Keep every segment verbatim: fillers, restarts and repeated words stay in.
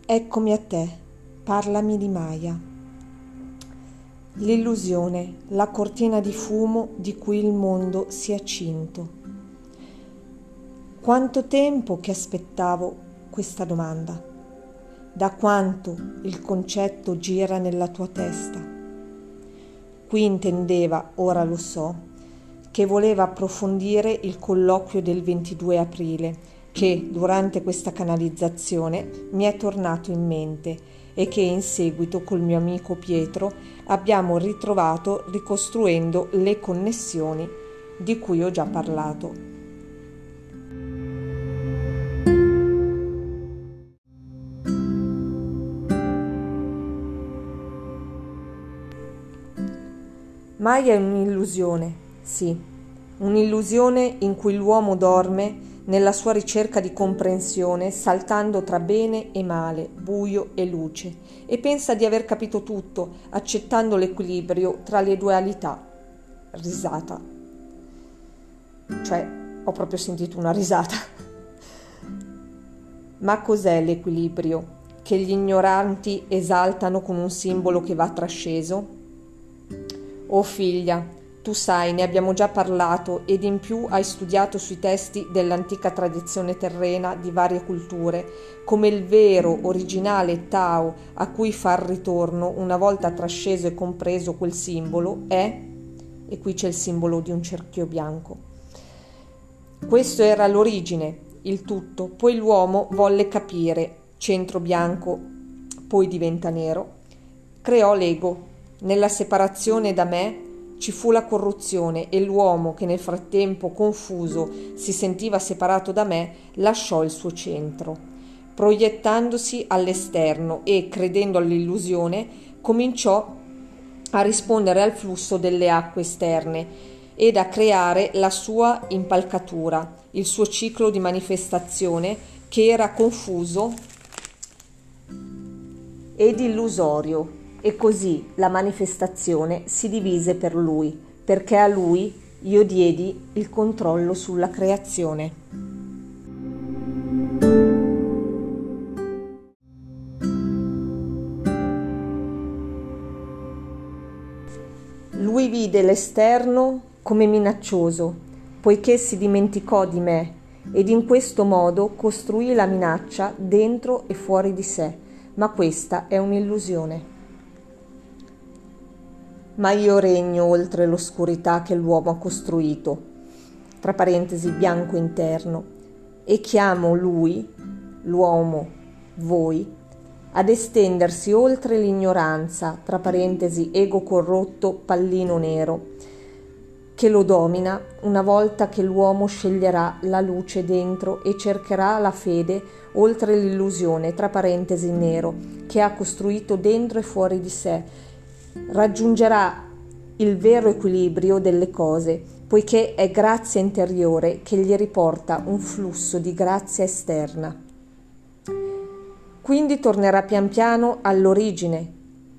Eccomi a te, parlami di Maya. L'illusione, la cortina di fumo di cui il mondo si è cinto. Quanto tempo che aspettavo questa domanda? Da quanto il concetto gira nella tua testa? Qui intendeva, ora lo so, che voleva approfondire il colloquio del ventidue aprile, che durante questa canalizzazione mi è tornato in mente e che in seguito col mio amico Pietro abbiamo ritrovato ricostruendo le connessioni di cui ho già parlato. Maya è un'illusione, sì, un'illusione in cui l'uomo dorme nella sua ricerca di comprensione, saltando tra bene e male, buio e luce, e pensa di aver capito tutto, accettando l'equilibrio tra le dualità. Risata. Cioè, ho proprio sentito una risata. Ma cos'è l'equilibrio che gli ignoranti esaltano con un simbolo che va trasceso? Oh figlia, tu sai, ne abbiamo già parlato ed in più hai studiato sui testi dell'antica tradizione terrena di varie culture, come il vero, originale Tao a cui far ritorno una volta trasceso e compreso quel simbolo è, e qui c'è il simbolo di un cerchio bianco. Questo era l'origine, il tutto, poi l'uomo volle capire, centro bianco, poi diventa nero, creò l'ego. Nella separazione da me ci fu la corruzione e l'uomo che nel frattempo confuso si sentiva separato da me lasciò il suo centro, proiettandosi all'esterno e, credendo all'illusione, cominciò a rispondere al flusso delle acque esterne ed a creare la sua impalcatura, il suo ciclo di manifestazione che era confuso ed illusorio. E così la manifestazione si divise per lui, perché a lui io diedi il controllo sulla creazione. Lui vide l'esterno come minaccioso, poiché si dimenticò di me, ed in questo modo costruì la minaccia dentro e fuori di sé, ma questa è un'illusione. Ma io regno oltre l'oscurità che l'uomo ha costruito, tra parentesi bianco interno, e chiamo lui, l'uomo, voi, ad estendersi oltre l'ignoranza, tra parentesi ego corrotto, pallino nero, che lo domina una volta che l'uomo sceglierà la luce dentro e cercherà la fede oltre l'illusione, tra parentesi nero, che ha costruito dentro e fuori di sé. Raggiungerà il vero equilibrio delle cose, poiché è grazia interiore che gli riporta un flusso di grazia esterna. Quindi tornerà pian piano all'origine,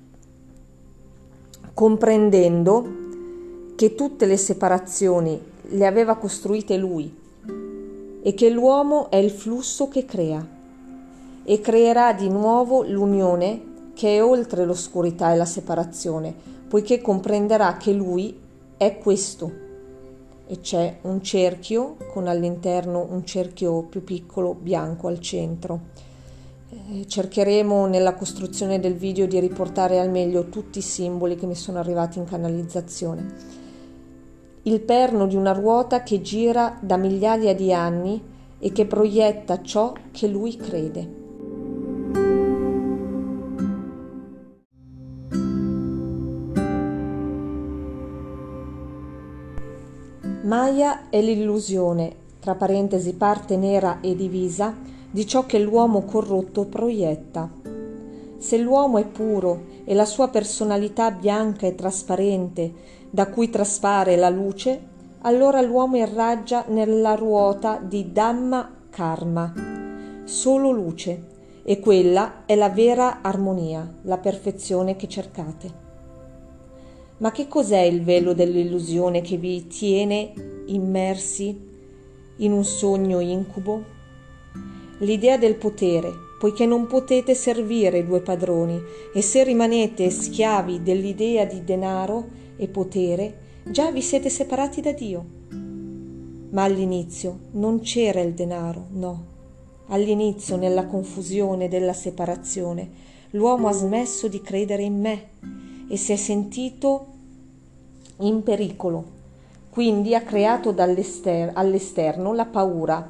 comprendendo che tutte le separazioni le aveva costruite lui e che l'uomo è il flusso che crea e creerà di nuovo l'unione che è oltre l'oscurità e la separazione, poiché comprenderà che lui è questo. E c'è un cerchio con all'interno un cerchio più piccolo bianco al centro. Eh, cercheremo nella costruzione del video di riportare al meglio tutti i simboli che mi sono arrivati in canalizzazione. Il perno di una ruota che gira da migliaia di anni e che proietta ciò che lui crede. Maya è l'illusione, tra parentesi parte nera e divisa, di ciò che l'uomo corrotto proietta. Se l'uomo è puro e la sua personalità bianca e trasparente, da cui traspare la luce, allora l'uomo irraggia nella ruota di Dhamma Karma, solo luce, e quella è la vera armonia, la perfezione che cercate. Ma che cos'è il velo dell'illusione che vi tiene immersi in un sogno incubo? L'idea del potere, poiché non potete servire due padroni, e se rimanete schiavi dell'idea di denaro e potere, già vi siete separati da Dio. Ma all'inizio non c'era il denaro, no. All'inizio, nella confusione della separazione, l'uomo ha smesso di credere in me e si è sentito in pericolo. Quindi ha creato dall'ester- all'esterno la paura,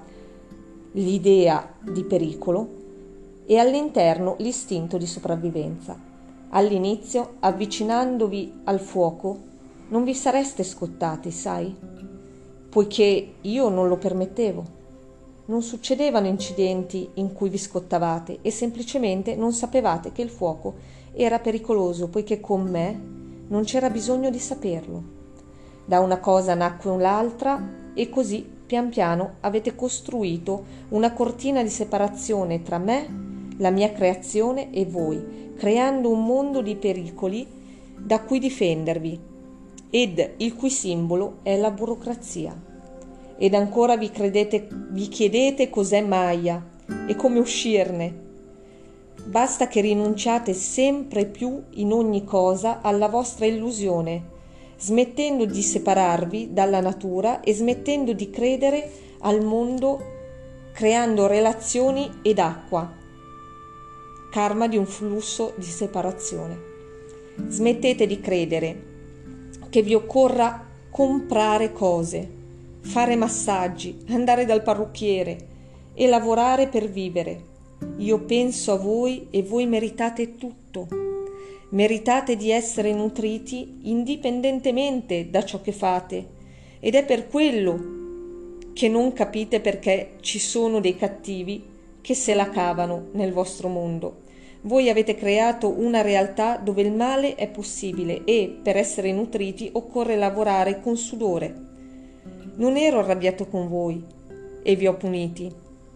l'idea di pericolo e all'interno l'istinto di sopravvivenza. All'inizio, avvicinandovi al fuoco, non vi sareste scottati, sai? Poiché io non lo permettevo. Non succedevano incidenti in cui vi scottavate e semplicemente non sapevate che il fuoco era pericoloso, poiché con me non c'era bisogno di saperlo. Da una cosa nacque l'altra e così pian piano avete costruito una cortina di separazione tra me, la mia creazione e voi, creando un mondo di pericoli da cui difendervi, ed il cui simbolo è la burocrazia. Ed ancora vi, credete, vi chiedete cos'è Maya e come uscirne. Basta che rinunciate sempre più in ogni cosa alla vostra illusione, smettendo di separarvi dalla natura e smettendo di credere al mondo, creando relazioni ed acqua, karma di un flusso di separazione. Smettete di credere che vi occorra comprare cose, fare massaggi, andare dal parrucchiere e lavorare per vivere. Io penso a voi e voi meritate tutto. Meritate di essere nutriti indipendentemente da ciò che fate, ed è per quello che non capite perché ci sono dei cattivi che se la cavano nel vostro mondo. Voi avete creato una realtà dove il male è possibile e per essere nutriti occorre lavorare con sudore. Non ero arrabbiato con voi e vi ho puniti.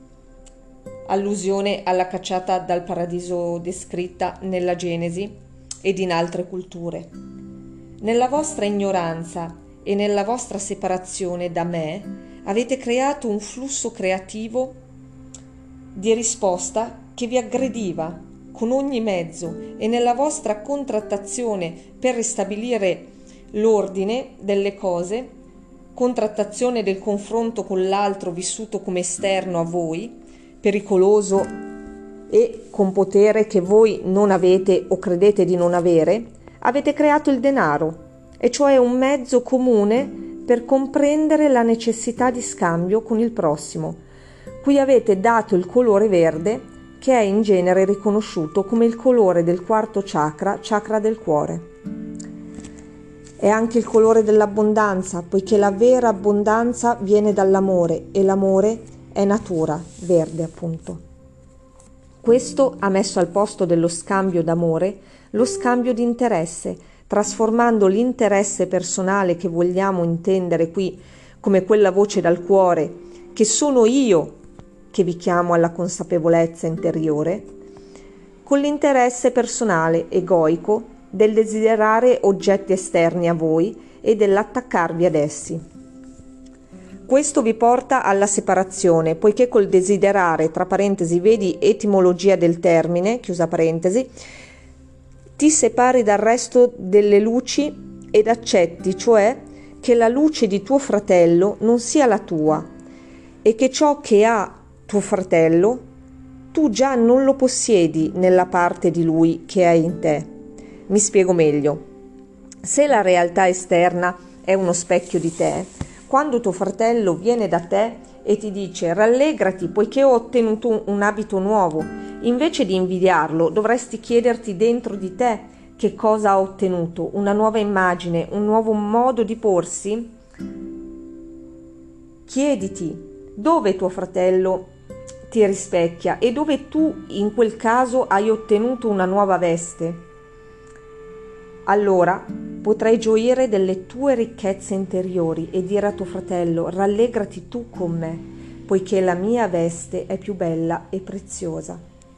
Allusione alla cacciata dal paradiso descritta nella Genesi ed in altre culture. Nella vostra ignoranza e nella vostra separazione da me avete creato un flusso creativo di risposta che vi aggrediva con ogni mezzo e nella vostra contrattazione per ristabilire l'ordine delle cose, contrattazione del confronto con l'altro vissuto come esterno a voi, pericoloso e con potere che voi non avete o credete di non avere, avete creato il denaro, e cioè un mezzo comune per comprendere la necessità di scambio con il prossimo, cui avete dato il colore verde, che è in genere riconosciuto come il colore del quarto chakra, chakra del cuore. È anche il colore dell'abbondanza, poiché la vera abbondanza viene dall'amore e l'amore è natura, verde appunto. Questo ha messo al posto dello scambio d'amore lo scambio di interesse, trasformando l'interesse personale che vogliamo intendere qui come quella voce dal cuore, che sono io che vi chiamo alla consapevolezza interiore, con l'interesse personale egoico del desiderare oggetti esterni a voi e dell'attaccarvi ad essi. Questo vi porta alla separazione, poiché col desiderare, tra parentesi, vedi etimologia del termine, chiusa parentesi, ti separi dal resto delle luci ed accetti, cioè, che la luce di tuo fratello non sia la tua e che ciò che ha tuo fratello tu già non lo possiedi nella parte di lui che è in te. Mi spiego meglio. Se la realtà esterna è uno specchio di te, quando tuo fratello viene da te e ti dice rallegrati poiché ho ottenuto un abito nuovo, invece di invidiarlo dovresti chiederti dentro di te che cosa ha ottenuto, una nuova immagine, un nuovo modo di porsi. Chiediti dove tuo fratello ti rispecchia e dove tu in quel caso hai ottenuto una nuova veste. Allora potrai gioire delle tue ricchezze interiori e dire a tuo fratello rallegrati tu con me, poiché la mia veste è più bella e preziosa.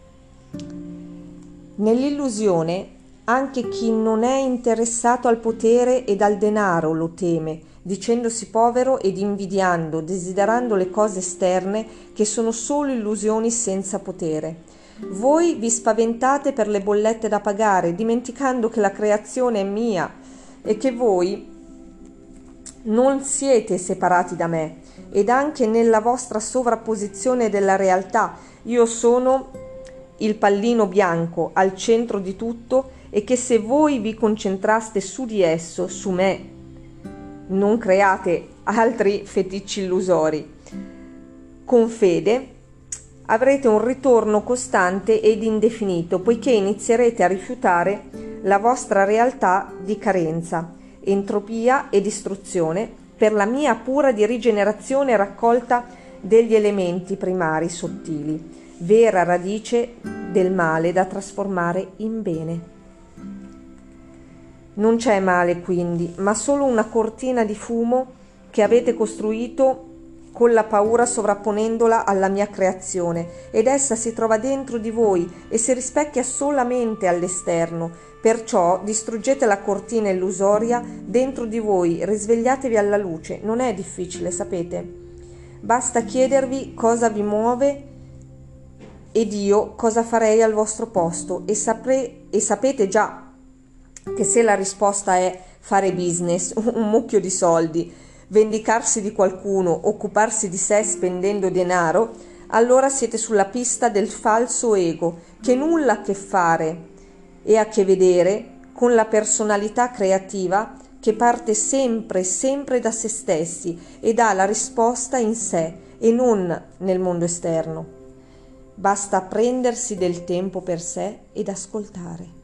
Nell'illusione anche chi non è interessato al potere ed al denaro lo teme, dicendosi povero ed invidiando, desiderando le cose esterne che sono solo illusioni senza potere. Voi vi spaventate per le bollette da pagare, dimenticando che la creazione è mia e che voi non siete separati da me, ed anche nella vostra sovrapposizione della realtà io sono il pallino bianco al centro di tutto, e che se voi vi concentraste su di esso, su me, non create altri feticci illusori, con fede avrete un ritorno costante ed indefinito, poiché inizierete a rifiutare la vostra realtà di carenza, entropia e distruzione per la mia pura di rigenerazione e raccolta degli elementi primari sottili, vera radice del male da trasformare in bene. Non c'è male quindi, ma solo una cortina di fumo che avete costruito con la paura, sovrapponendola alla mia creazione, ed essa si trova dentro di voi e si rispecchia solamente all'esterno. Perciò distruggete la cortina illusoria dentro di voi, risvegliatevi alla luce. Non è difficile, sapete? Basta chiedervi cosa vi muove ed io cosa farei al vostro posto, e, sapre- e sapete già che se la risposta è fare business, un mucchio di soldi, vendicarsi di qualcuno, occuparsi di sé spendendo denaro, allora siete sulla pista del falso ego, che nulla ha a che fare e a che vedere con la personalità creativa che parte sempre, sempre da se stessi ed ha la risposta in sé e non nel mondo esterno. Basta prendersi del tempo per sé ed ascoltare.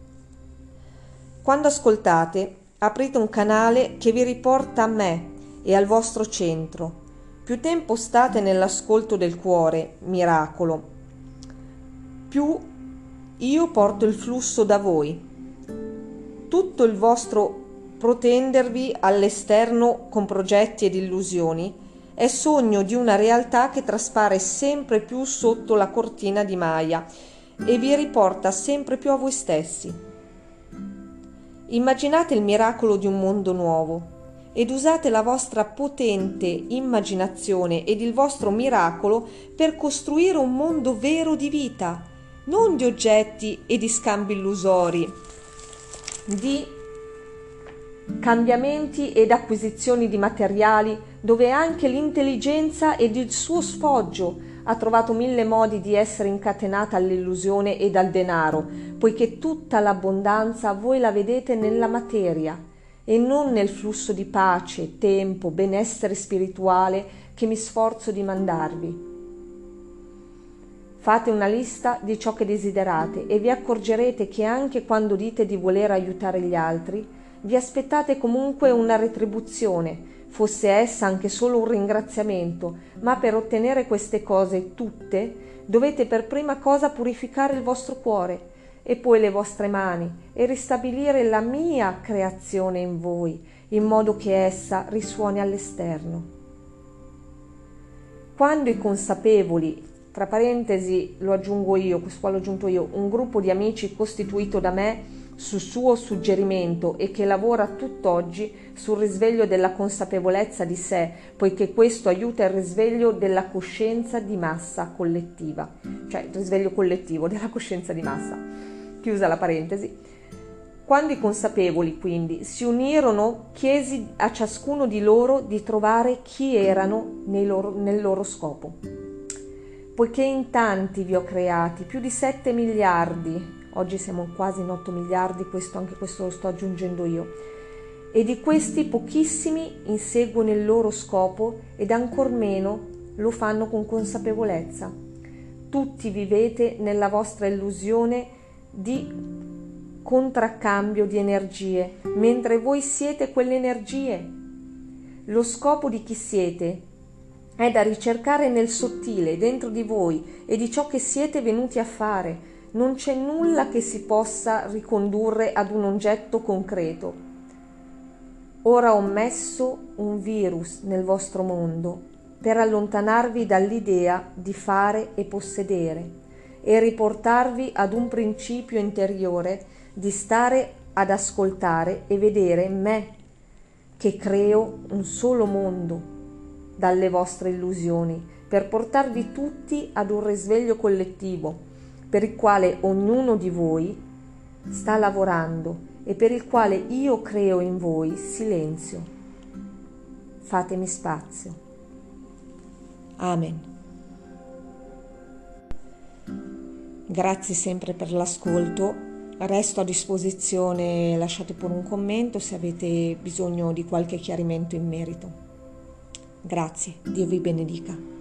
Quando ascoltate, aprite un canale che vi riporta a me e al vostro centro. Più tempo state nell'ascolto del cuore, miracolo, più io porto il flusso da voi. Tutto il vostro protendervi all'esterno con progetti ed illusioni è sogno di una realtà che traspare sempre più sotto la cortina di Maya e vi riporta sempre più a voi stessi. Immaginate il miracolo di un mondo nuovo ed usate la vostra potente immaginazione ed il vostro miracolo per costruire un mondo vero di vita, non di oggetti e di scambi illusori, di cambiamenti ed acquisizioni di materiali dove anche l'intelligenza ed il suo sfoggio ha trovato mille modi di essere incatenata all'illusione ed al denaro, poiché tutta l'abbondanza voi la vedete nella materia e non nel flusso di pace, tempo, benessere spirituale che mi sforzo di mandarvi. Fate una lista di ciò che desiderate e vi accorgerete che anche quando dite di voler aiutare gli altri, vi aspettate comunque una retribuzione, fosse essa anche solo un ringraziamento, ma per ottenere queste cose tutte dovete per prima cosa purificare il vostro cuore e poi le vostre mani e ristabilire la mia creazione in voi, in modo che essa risuoni all'esterno. Quando i consapevoli, tra parentesi lo aggiungo io, questo qua l'ho aggiunto io, un gruppo di amici costituito da me su suo suggerimento e che lavora tutt'oggi sul risveglio della consapevolezza di sé, poiché questo aiuta il risveglio della coscienza di massa collettiva, cioè il risveglio collettivo della coscienza di massa. Chiusa la parentesi. Quando i consapevoli quindi si unirono, chiesi a ciascuno di loro di trovare chi erano nei loro, nel loro scopo. Poiché in tanti vi ho creati, più di sette miliardi, oggi siamo quasi in otto miliardi, questo, anche questo lo sto aggiungendo io, e di questi pochissimi inseguono il loro scopo ed ancor meno lo fanno con consapevolezza. Tutti vivete nella vostra illusione di contraccambio di energie, mentre voi siete quelle energie. Lo scopo di chi siete è da ricercare nel sottile, dentro di voi, e di ciò che siete venuti a fare. Non c'è nulla che si possa ricondurre ad un oggetto concreto. Ora ho messo un virus nel vostro mondo per allontanarvi dall'idea di fare e possedere e riportarvi ad un principio interiore di stare ad ascoltare e vedere me, che creo un solo mondo dalle vostre illusioni, per portarvi tutti ad un risveglio collettivo, per il quale ognuno di voi sta lavorando e per il quale io creo in voi silenzio. Fatemi spazio. Amen. Grazie sempre per l'ascolto. Resto a disposizione, lasciate pure un commento se avete bisogno di qualche chiarimento in merito. Grazie, Dio vi benedica.